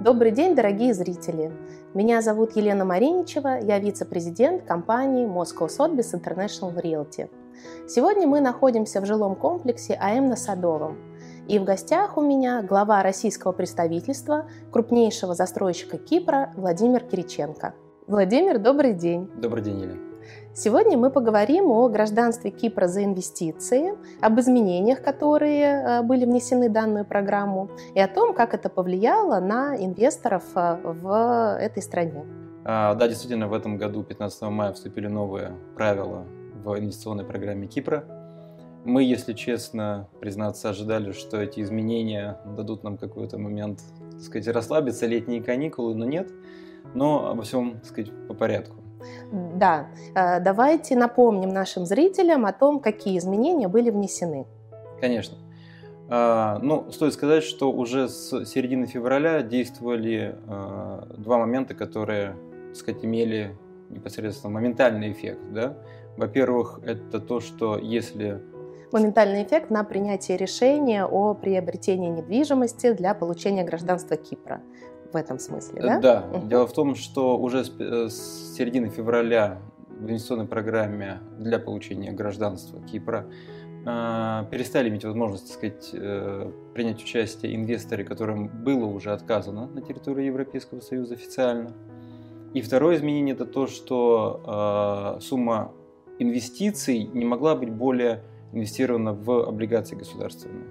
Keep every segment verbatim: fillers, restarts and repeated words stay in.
Добрый день, дорогие зрители! Меня зовут Елена Мариничева, я вице-президент компании Moscow Sotheby's International Realty. Сегодня мы находимся в жилом комплексе АМ на Садовом. И в гостях у меня глава российского представительства крупнейшего застройщика Кипра Владимир Кириченко. Владимир, добрый день! Добрый день, Елена! Сегодня мы поговорим о гражданстве Кипра за инвестиции, об изменениях, которые были внесены в данную программу, и о том, как это повлияло на инвесторов в этой стране. А, да, действительно, в этом году, пятнадцатого мая, вступили новые правила в инвестиционной программе Кипра. Мы, если честно признаться, ожидали, что эти изменения дадут нам какой-то момент, так сказать, расслабиться, летние каникулы, но нет. Но обо всем, так сказать, по порядку. Да, давайте напомним нашим зрителям о том, какие изменения были внесены. Конечно. Ну, стоит сказать, что уже с середины февраля действовали два момента, которые, так сказать, имели непосредственно моментальный эффект. Да? Во-первых, это то, что если... Моментальный эффект на принятие решения о приобретении недвижимости для получения гражданства Кипра. В этом смысле, да? Да. Uh-huh. Дело в том, что уже с, с середины февраля в инвестиционной программе для получения гражданства Кипра э, перестали иметь возможность, так сказать, э, принять участие инвесторы, которым было уже отказано на территории Европейского Союза официально. И второе изменение – это то, что э, сумма инвестиций не могла быть более инвестирована в облигации государственные.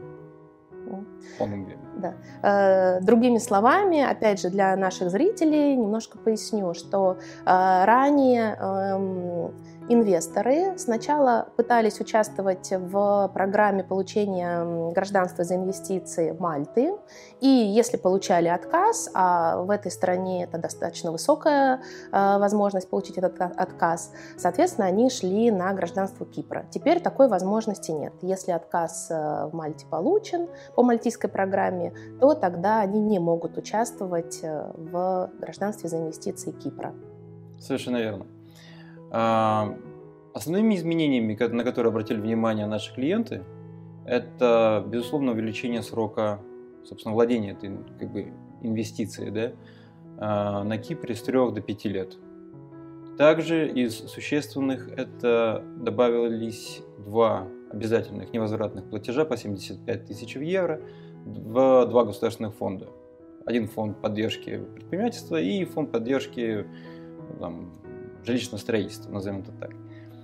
Да. Другими словами, опять же, для наших зрителей немножко поясню, что ранее инвесторы сначала пытались участвовать в программе получения гражданства за инвестиции Мальты, и если получали отказ, а в этой стране это достаточно высокая возможность получить этот отказ, соответственно, они шли на гражданство Кипра. Теперь такой возможности нет. Если отказ в Мальте получен по мальтийской программе, то тогда они не могут участвовать в гражданстве за инвестиции Кипра. Совершенно верно. Основными изменениями, на которые обратили внимание наши клиенты, это, безусловно, увеличение срока, собственно, владения этой как бы, инвестицией, да, на Кипре с трех до пяти лет. Также из существенных это добавились два обязательных невозвратных платежа по семьдесят пять тысяч евро в два государственных фонда. Один фонд поддержки предпринимательства и фонд поддержки там, жилищного строительства, назовем это так.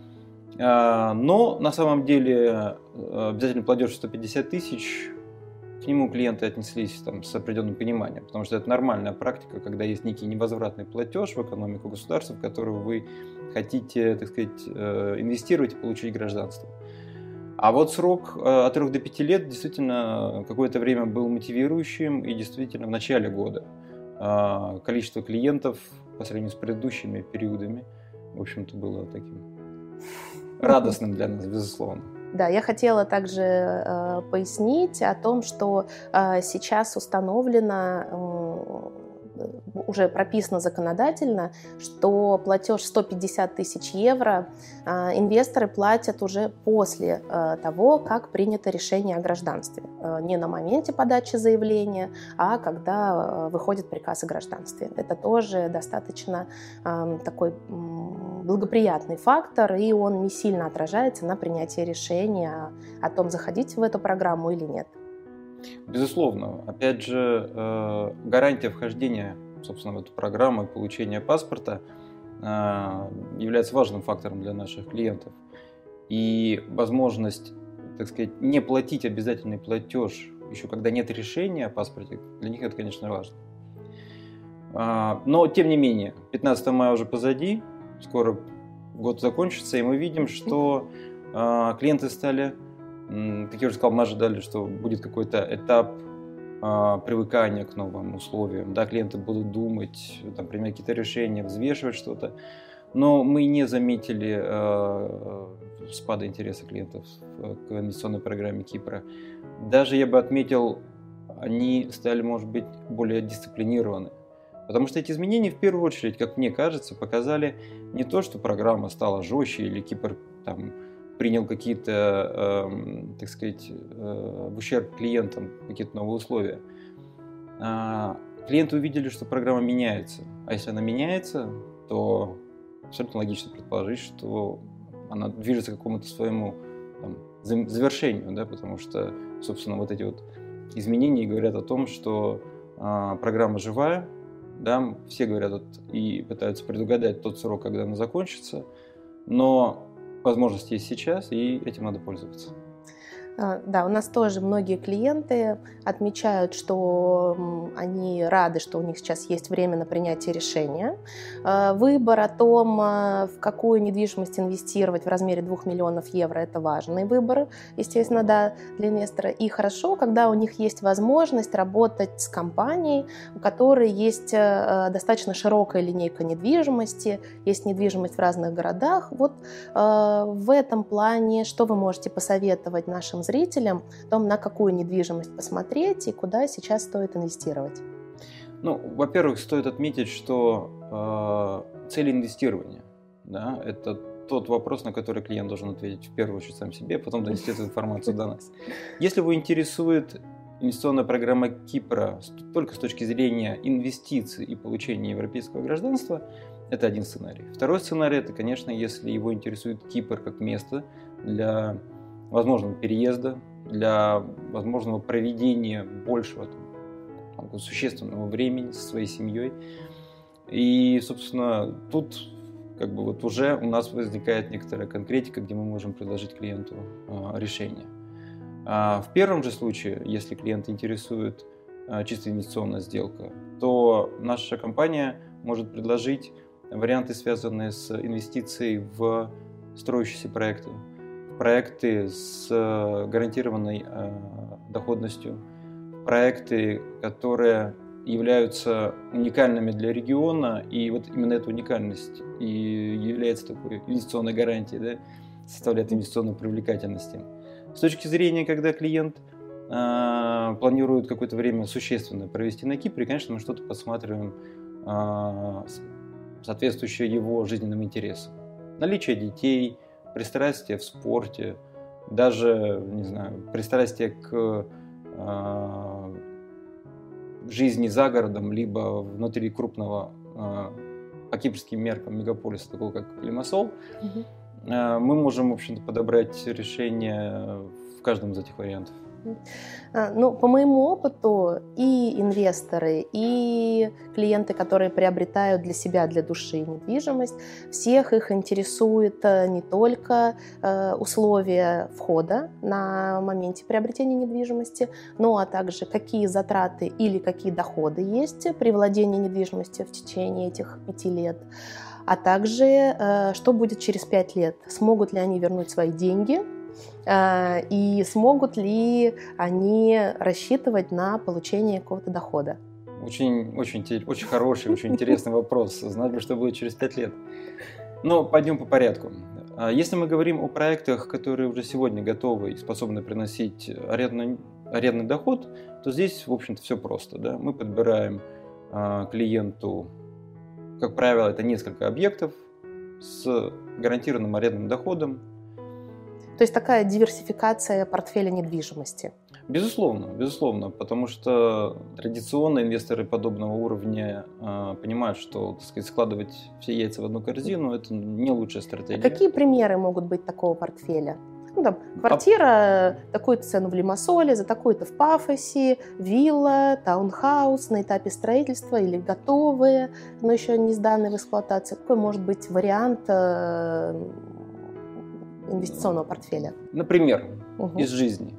Но на самом деле обязательный платеж сто пятьдесят тысяч, к нему клиенты отнеслись там, с определенным пониманием, потому что это нормальная практика, когда есть некий невозвратный платеж в экономику государства, в которую вы хотите, так сказать, инвестировать и получить гражданство. А вот срок от трех до пяти лет действительно какое-то время был мотивирующим, и действительно в начале года количество клиентов по сравнению с предыдущими периодами, в общем-то, было таким радостным для нас, безусловно. Да, я хотела также э, пояснить о том, что э, сейчас установлено, э, уже прописано законодательно, что платеж сто пятьдесят тысяч евро э, инвесторы платят уже после э, того, как принято решение о гражданстве. Э, не на моменте подачи заявления, а когда э, выходит приказ о гражданстве. Это тоже достаточно э, такой э, благоприятный фактор, и он не сильно отражается на принятии решения о том, заходить в эту программу или нет. Безусловно. Опять же, гарантия вхождения, собственно, в эту программу и получения паспорта является важным фактором для наших клиентов. И возможность, так сказать, не платить обязательный платеж, еще когда нет решения о паспорте, для них это, конечно, важно. Но, тем не менее, пятнадцатого мая уже позади, скоро год закончится, и мы видим, что э, клиенты стали, э, как я уже сказал, мы ожидали, что будет какой-то этап э, привыкания к новым условиям. Да, клиенты будут думать, там, принимать какие-то решения, взвешивать что-то. Но мы не заметили э, спада интереса клиентов к инвестиционной программе Кипра. Даже я бы отметил, они стали, может быть, более дисциплинированы. Потому что эти изменения, в первую очередь, как мне кажется, показали не то, что программа стала жестче или Кипр там, принял какие-то, э, так сказать, э, в ущерб клиентам какие-то новые условия. А, клиенты увидели, что программа меняется. А если она меняется, то абсолютно логично предположить, что она движется к какому-то своему там, завершению, да, потому что, собственно, вот эти вот изменения говорят о том, что а, программа живая, да, все говорят вот, и пытаются предугадать тот срок, когда она закончится, но возможность есть сейчас, и этим надо пользоваться. Да, у нас тоже многие клиенты отмечают, что они рады, что у них сейчас есть время на принятие решения. Выбор о том, в какую недвижимость инвестировать в размере двух миллионов евро, это важный выбор, естественно, да, для инвестора. И хорошо, когда у них есть возможность работать с компанией, у которой есть достаточно широкая линейка недвижимости, есть недвижимость в разных городах. Вот в этом плане что вы можете посоветовать нашим зрителям о том, на какую недвижимость посмотреть и куда сейчас стоит инвестировать? Ну, во-первых, стоит отметить, что э, цель инвестирования, да, это тот вопрос, на который клиент должен ответить в первую очередь сам себе, потом донести эту информацию до нас. Если его интересует инвестиционная программа Кипра только с точки зрения инвестиций и получения европейского гражданства, это один сценарий. Второй сценарий – это, конечно, если его интересует Кипр как место для возможного переезда, для возможного проведения большего там, существенного времени со своей семьей. И, собственно, тут как бы вот уже у нас возникает некоторая конкретика, где мы можем предложить клиенту э, решение. А в первом же случае, если клиента интересует э, чисто инвестиционная сделка, то наша компания может предложить варианты, связанные с инвестицией в строящиеся проекты, проекты с гарантированной э, доходностью, проекты, которые являются уникальными для региона, и вот именно эта уникальность и является такой инвестиционной гарантией, да, составляет инвестиционную привлекательность. С точки зрения, когда клиент э, планирует какое-то время существенно провести на Кипре, конечно, мы что-то подсматриваем э, соответствующее его жизненным интересам. Наличие детей, пристрастие в спорте, даже, не знаю, пристрастие к э, жизни за городом, либо внутри крупного, э, по кипрским меркам, мегаполиса, такого как Лимассол, угу. э, мы можем, в общем-то, подобрать решение в каждом из этих вариантов. Ну, по моему опыту, и инвесторы, и клиенты, которые приобретают для себя, для души недвижимость, всех их интересует не только условия входа на моменте приобретения недвижимости, но а также какие затраты или какие доходы есть при владении недвижимостью в течение этих пяти лет, а также что будет через пять лет, смогут ли они вернуть свои деньги, и смогут ли они рассчитывать на получение какого-то дохода? Очень, очень, очень хороший, очень интересный вопрос. Знать бы, что будет через пять лет. Но пойдем по порядку. Если мы говорим о проектах, которые уже сегодня готовы и способны приносить арендный, арендный доход, то здесь, в общем-то, все просто. Да? Мы подбираем клиенту, как правило, это несколько объектов с гарантированным арендным доходом. То есть такая диверсификация портфеля недвижимости? Безусловно, безусловно, потому что традиционно инвесторы подобного уровня э, понимают, что, так сказать, складывать все яйца в одну корзину – это не лучшая стратегия. А какие примеры могут быть такого портфеля? Ну, там, квартира, а... такую-то цену в Лимассоле, за такую-то в Пафосе, вилла, таунхаус на этапе строительства или готовые, но еще не сданные в эксплуатацию. Какой может быть вариант э, инвестиционного портфеля? Например, угу. из жизни.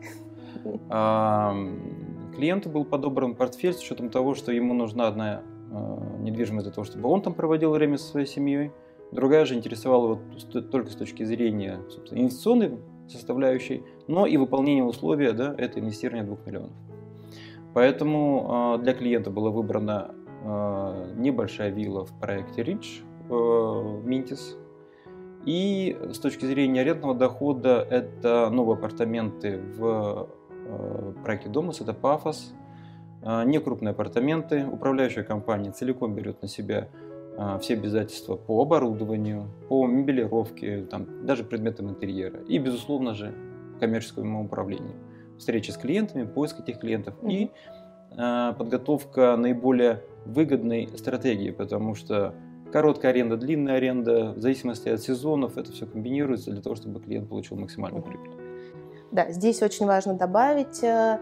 Клиенту был подобран портфель с учетом того, что ему нужна одна недвижимость для того, чтобы он там проводил время со своей семьей. Другая же интересовала его только с точки зрения инвестиционной составляющей, но и выполнения условия, да, это инвестирование двух миллионов. Поэтому для клиента была выбрана небольшая вилла в проекте Rich в Минтис. И с точки зрения арендного дохода это новые апартаменты в проекте Домус, это Пафос, не крупные апартаменты. Управляющая компания целиком берет на себя все обязательства по оборудованию, по мебелировке, там, даже предметам интерьера и, безусловно же, коммерческому управлению. Встречи с клиентами, поиск этих клиентов mm-hmm. и подготовка наиболее выгодной стратегии, потому что короткая аренда, длинная аренда, в зависимости от сезонов, это все комбинируется для того, чтобы клиент получил максимальную прибыль. Да, здесь очень важно добавить,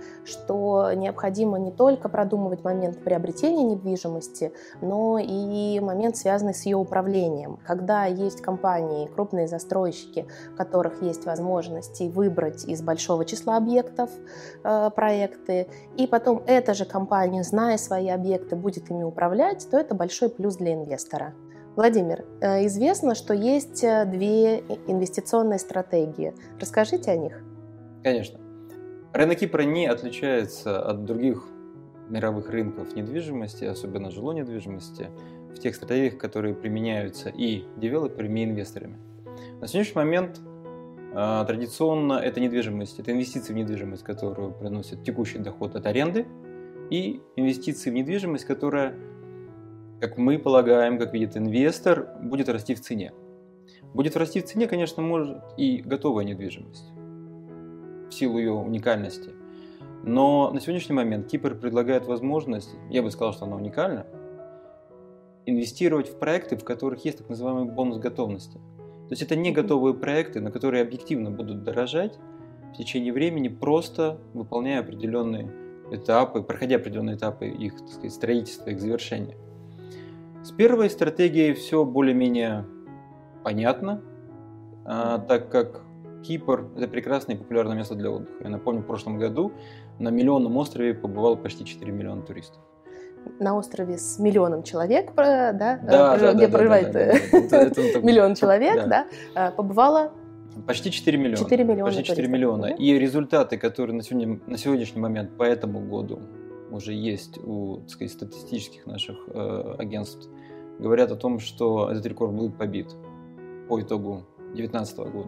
что необходимо не только продумывать момент приобретения недвижимости, но и момент, связанный с ее управлением. Когда есть компании, крупные застройщики, у которых есть возможности выбрать из большого числа объектов э, проекты, и потом эта же компания, зная свои объекты, будет ими управлять, то это большой плюс для инвестора. Владимир, известно, что есть две инвестиционные стратегии. Расскажите о них. Конечно. Рынок Кипра не отличается от других мировых рынков недвижимости, особенно жилой недвижимости, в тех стратегиях, которые применяются и девелоперами, и инвесторами. На сегодняшний момент э, традиционно это недвижимость, это инвестиции в недвижимость, которую приносит текущий доход от аренды, и инвестиции в недвижимость, которая, как мы полагаем, как видит инвестор, будет расти в цене. Будет расти в цене, конечно, может и готовая недвижимость, в силу ее уникальности. Но на сегодняшний момент Кипр предлагает возможность, я бы сказал, что она уникальна, инвестировать в проекты, в которых есть так называемый бонус готовности. То есть это не готовые проекты, на которые объективно будут дорожать в течение времени, просто выполняя определенные этапы, проходя определенные этапы их, так сказать, строительства, их завершения. С первой стратегией все более-менее понятно, так как Кипр – это прекрасное и популярное место для отдыха. Я напомню, в прошлом году на миллионном острове побывало почти четыре миллиона туристов. На острове с миллионом человек, да, да, где да, проживает да, да, да. Это, это, миллион человек, да. Да, побывало почти четыре миллиона. четыре миллиона почти четыре миллиона. Да? И результаты, которые на, сегодня, на сегодняшний момент по этому году уже есть у, так сказать, статистических наших э, агентств, говорят о том, что этот рекорд будет побит по итогу две тысячи девятнадцатого года.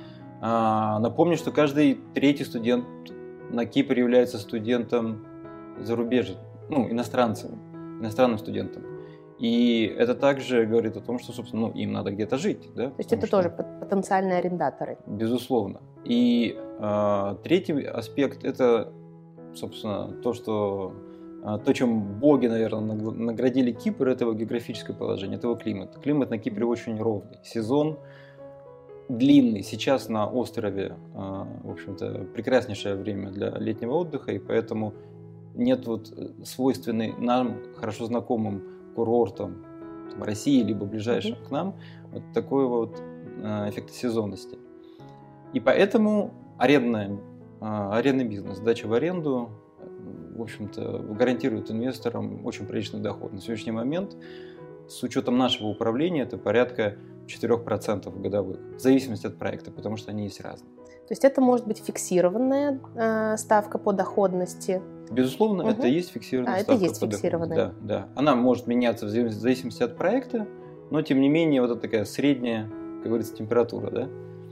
А, напомню, что каждый третий студент на Кипре является студентом зарубежья, ну, иностранцем, иностранным студентом. И это также говорит о том, что, собственно, ну, им надо где-то жить. Да? То есть это что, тоже потенциальные арендаторы. Безусловно. И а, третий аспект – это, собственно, то, что то, чем боги, наверное, наградили Кипр, это его географическое положение, это его климат. Климат на Кипре очень ровный. Сезон длинный. Сейчас на острове, в общем-то, прекраснейшее время для летнего отдыха, и поэтому нет вот свойственной нам, хорошо знакомым курортам в России, либо ближайшим mm-hmm. к нам, вот такой вот эффект сезонности. И поэтому арендная, арендный бизнес, сдача в аренду, в общем-то, гарантирует инвесторам очень приличный доход. На сегодняшний момент, с учетом нашего управления, это порядка четыре процента годовых, в зависимости от проекта, потому что они есть разные. То есть это может быть фиксированная э, ставка по доходности? Безусловно, угу. это и есть фиксированная а, ставка это есть по фиксированная. доходности. Да, да. Она может меняться в зависимости от проекта, но тем не менее вот это такая средняя, как говорится, температура. Да?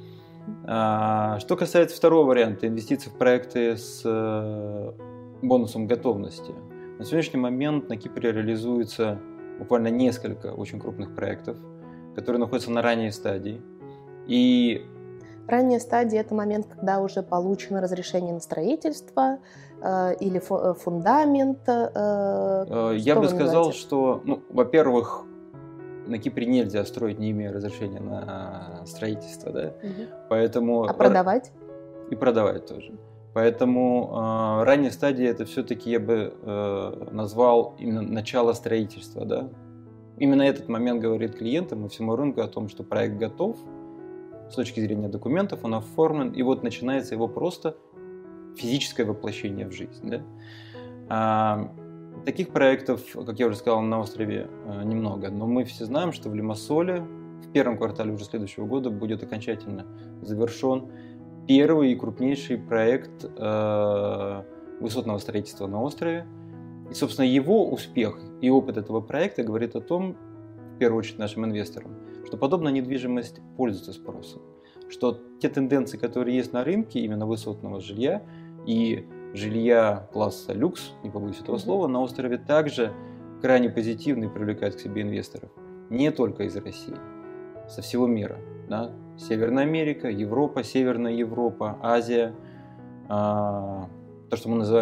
А, что касается второго варианта, инвестиций в проекты с э, бонусом готовности. На сегодняшний момент на Кипре реализуется буквально несколько очень крупных проектов, которые находятся на ранней стадии. И ранняя стадия – это момент, когда уже получено разрешение на строительство э, или фу- фундамент. Э, Я бы сказал, называете? что, ну, во-первых, на Кипре нельзя строить, не имея разрешения на строительство, да? Угу. Поэтому а продавать? И продавать тоже. Поэтому э, ранняя стадия – это все-таки, я бы э, назвал именно начало строительства, да? Именно этот момент говорит клиентам и всему рынку о том, что проект готов с точки зрения документов, он оформлен, и вот начинается его просто физическое воплощение в жизнь. Да? А, таких проектов, как я уже сказал, на острове а, немного, но мы все знаем, что в Лимассоле в первом квартале уже следующего года будет окончательно завершен первый и крупнейший проект а, высотного строительства на острове. И, собственно, его успех и опыт этого проекта говорит о том, в первую очередь нашим инвесторам, что подобная недвижимость пользуется спросом, что те тенденции, которые есть на рынке именно высотного жилья и жилья класса люкс, не побоюсь этого слова, на острове также крайне позитивны и привлекают к себе инвесторов. Не только из России, со всего мира. Да? Северная Америка, Европа, Северная Европа, Азия, а, то, что мы называем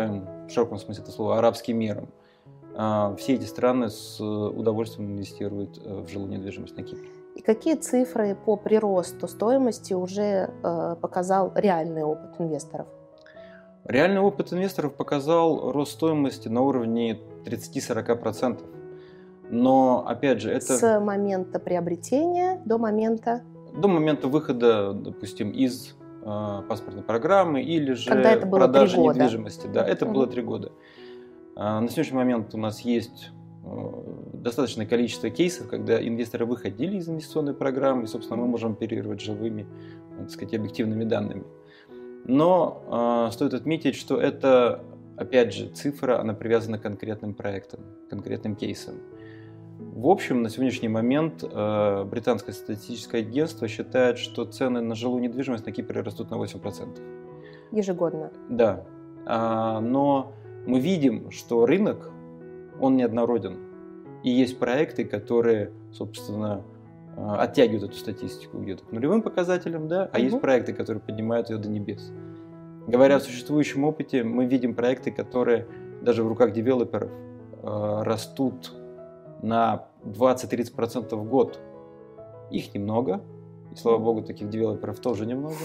в широком смысле этого слова, арабским миром, все эти страны с удовольствием инвестируют в жилую недвижимость на Кипре. И какие цифры по приросту стоимости уже показал реальный опыт инвесторов? Реальный опыт инвесторов показал рост стоимости на уровне тридцать-сорок процентов. Но, опять же, это... С момента приобретения до момента... До момента выхода, допустим, из э, паспортной программы или же это было продажи три года. недвижимости. Да, это угу. было три года. А, на сегодняшний момент у нас есть э, достаточное количество кейсов, когда инвесторы выходили из инвестиционной программы, и, собственно, мы можем оперировать живыми, так сказать, объективными данными. Но э, стоит отметить, что это, опять же, цифра, она привязана к конкретным проектам, конкретным кейсам. В общем, на сегодняшний момент э, британское статистическое агентство считает, что цены на жилую недвижимость на Кипре растут на восемь процентов. Ежегодно. Да. А, но мы видим, что рынок, он неоднороден. И есть проекты, которые, собственно, оттягивают эту статистику где-то к нулевым показателям, да, а угу. есть проекты, которые поднимают ее до небес. Говоря о существующем опыте, мы видим проекты, которые даже в руках девелоперов э, растут на двадцать-тридцать процентов в год. Их немного, и, слава богу, таких девелоперов тоже немного.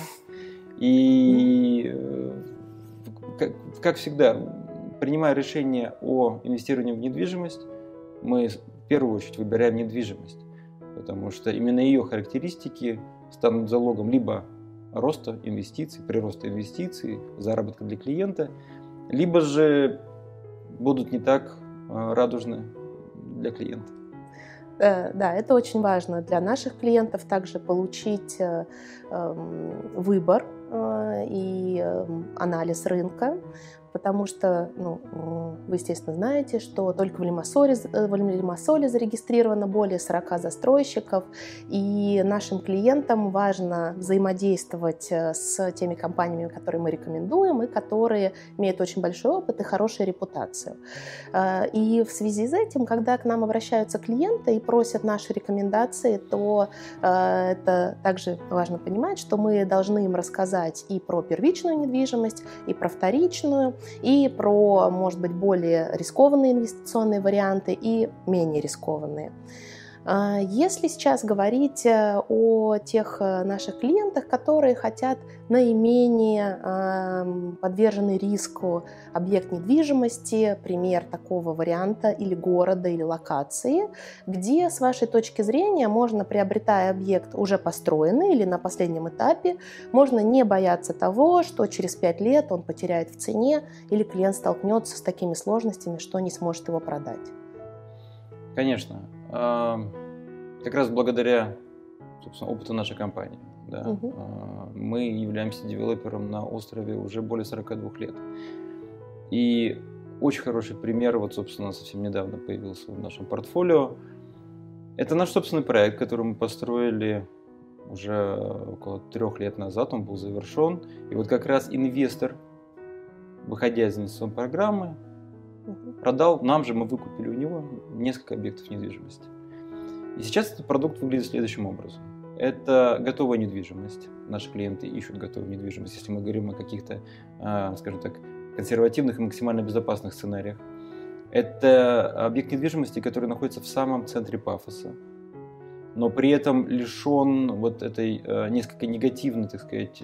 И, э, как, как всегда, принимая решение о инвестировании в недвижимость, мы в первую очередь выбираем недвижимость, потому что именно ее характеристики станут залогом либо роста инвестиций, прироста инвестиций, заработка для клиента, либо же будут не так радужны для клиента. Да, это очень важно для наших клиентов, также получить выбор и анализ рынка, потому что, ну, вы, естественно, знаете, что только в Лимассоле, в Лимассоле зарегистрировано более сорока застройщиков, и нашим клиентам важно взаимодействовать с теми компаниями, которые мы рекомендуем, и которые имеют очень большой опыт и хорошую репутацию. И в связи с этим, когда к нам обращаются клиенты и просят наши рекомендации, то это также важно понимать, что мы должны им рассказать и про первичную недвижимость, и про вторичную, и про, может быть, более рискованные инвестиционные варианты и менее рискованные. Если сейчас говорить о тех наших клиентах, которые хотят наименее подверженный риску объект недвижимости, пример такого варианта или города, или локации, где, с вашей точки зрения, можно, приобретая объект уже построенный или на последнем этапе, можно не бояться того, что через пять лет он потеряет в цене или клиент столкнется с такими сложностями, что не сможет его продать? Конечно. Как раз благодаря, собственно, опыту нашей компании. Да, угу. Мы являемся девелопером на острове уже более сорока двух лет. И очень хороший пример, вот, собственно, совсем недавно появился в нашем портфолио. Это наш собственный проект, который мы построили уже около трех лет назад, он был завершен. И вот как раз инвестор, выходя из инвестиционной программы, продал, нам же мы выкупили у него несколько объектов недвижимости. И сейчас этот продукт выглядит следующим образом. Это готовая недвижимость. Наши клиенты ищут готовую недвижимость, если мы говорим о каких-то, скажем так, консервативных и максимально безопасных сценариях. Это объект недвижимости, который находится в самом центре Пафоса, но при этом лишен вот этой несколько негативной, так сказать,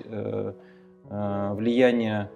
влияния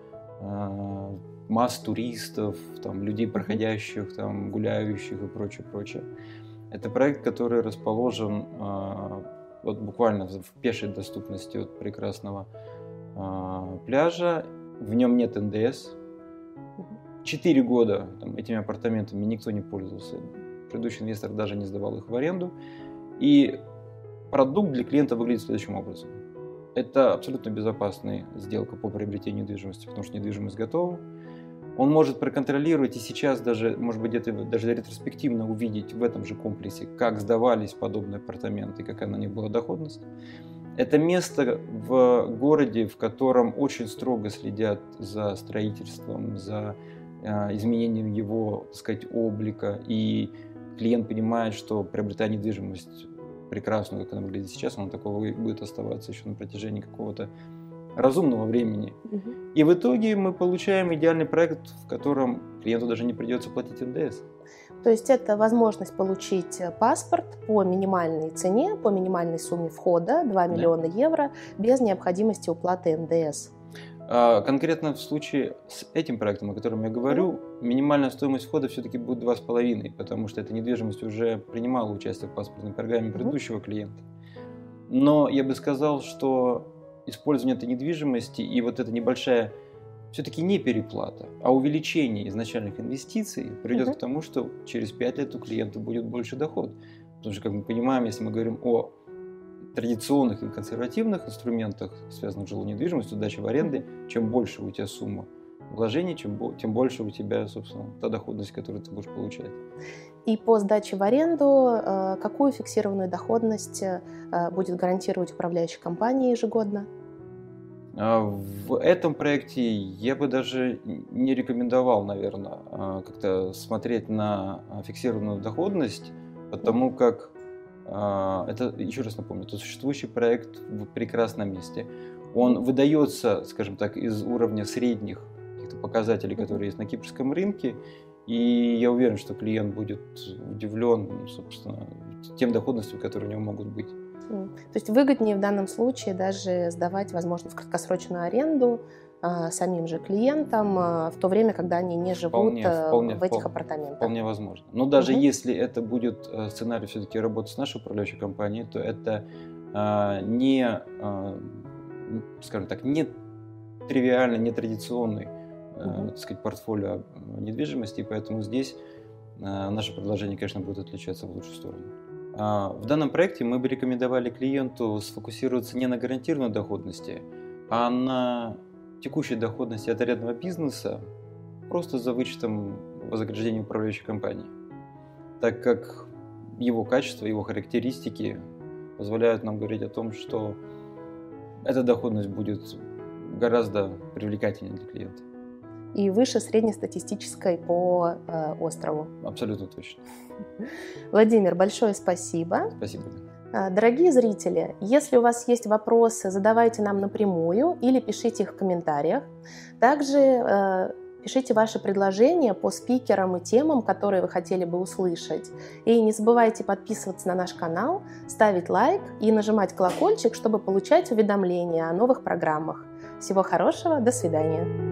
масс туристов, там, людей, проходящих, там, гуляющих и прочее, прочее. Это проект, который расположен э, вот буквально в пешей доступности от прекрасного э, пляжа. В нем нет эн дэ эс. Четыре года там, этими апартаментами никто не пользовался. Предыдущий инвестор даже не сдавал их в аренду. И продукт для клиента выглядит следующим образом. Это абсолютно безопасная сделка по приобретению недвижимости, потому что недвижимость готова. Он может проконтролировать и сейчас даже, может быть, где-то даже ретроспективно увидеть в этом же комплексе, как сдавались подобные апартаменты, какая на них была доходность. Это место в городе, в котором очень строго следят за строительством, за э, изменением его, так сказать, облика. И клиент понимает, что приобретая недвижимость прекрасную, как она выглядит сейчас, она такого будет оставаться еще на протяжении какого-то разумного времени. Угу. И в итоге мы получаем идеальный проект, в котором клиенту даже не придется платить эн дэ эс. То есть это возможность получить паспорт по минимальной цене, по минимальной сумме входа два миллиона евро, без необходимости уплаты эн дэ эс. Конкретно в случае с этим проектом, о котором я говорю, mm-hmm. минимальная стоимость входа все-таки будет два с половиной, потому что эта недвижимость уже принимала участие в паспортной программе предыдущего mm-hmm. клиента. Но я бы сказал, что использование этой недвижимости и вот эта небольшая все-таки не переплата, а увеличение изначальных инвестиций приведет mm-hmm. к тому, что через пять лет у клиента будет больше доход. Потому что, как мы понимаем, если мы говорим о традиционных и консервативных инструментах, связанных с жилой недвижимостью, сдачей в аренды, чем больше у тебя сумма вложений, чем, тем больше у тебя, собственно, та доходность, которую ты будешь получать. И по сдаче в аренду какую фиксированную доходность будет гарантировать управляющая компания ежегодно? В этом проекте я бы даже не рекомендовал, наверное, как-то смотреть на фиксированную доходность, потому как это, еще раз напомню, это существующий проект в прекрасном месте. Он выдается, скажем так, из уровня средних каких-то показателей, которые есть на кипрском рынке, и я уверен, что клиент будет удивлен, собственно, тем доходностям, которые у него могут быть. То есть выгоднее в данном случае даже сдавать, возможно, в краткосрочную аренду а, самим же клиентам а, в то время, когда они не живут вполне, вполне, в этих вполне, апартаментах. Вполне возможно. Но даже угу. если это будет сценарий все-таки работы с нашей управляющей компанией, то это а, не, а, скажем так, не тривиальный, не традиционный угу. так сказать, портфолио недвижимости, и поэтому здесь а, наше предложение, конечно, будет отличаться в лучшую сторону. В данном проекте мы бы рекомендовали клиенту сфокусироваться не на гарантированной доходности, а на текущей доходности от арендного бизнеса, просто за вычетом вознаграждения управляющей компании, так как его качество, его характеристики позволяют нам говорить о том, что эта доходность будет гораздо привлекательнее для клиента. И выше среднестатистической по э, острову. Абсолютно точно. Владимир, большое спасибо. Спасибо. Дорогие зрители, если у вас есть вопросы, задавайте нам напрямую или пишите их в комментариях. Также э, пишите ваши предложения по спикерам и темам, которые вы хотели бы услышать. И не забывайте подписываться на наш канал, ставить лайк и нажимать колокольчик, чтобы получать уведомления о новых программах. Всего хорошего, до свидания.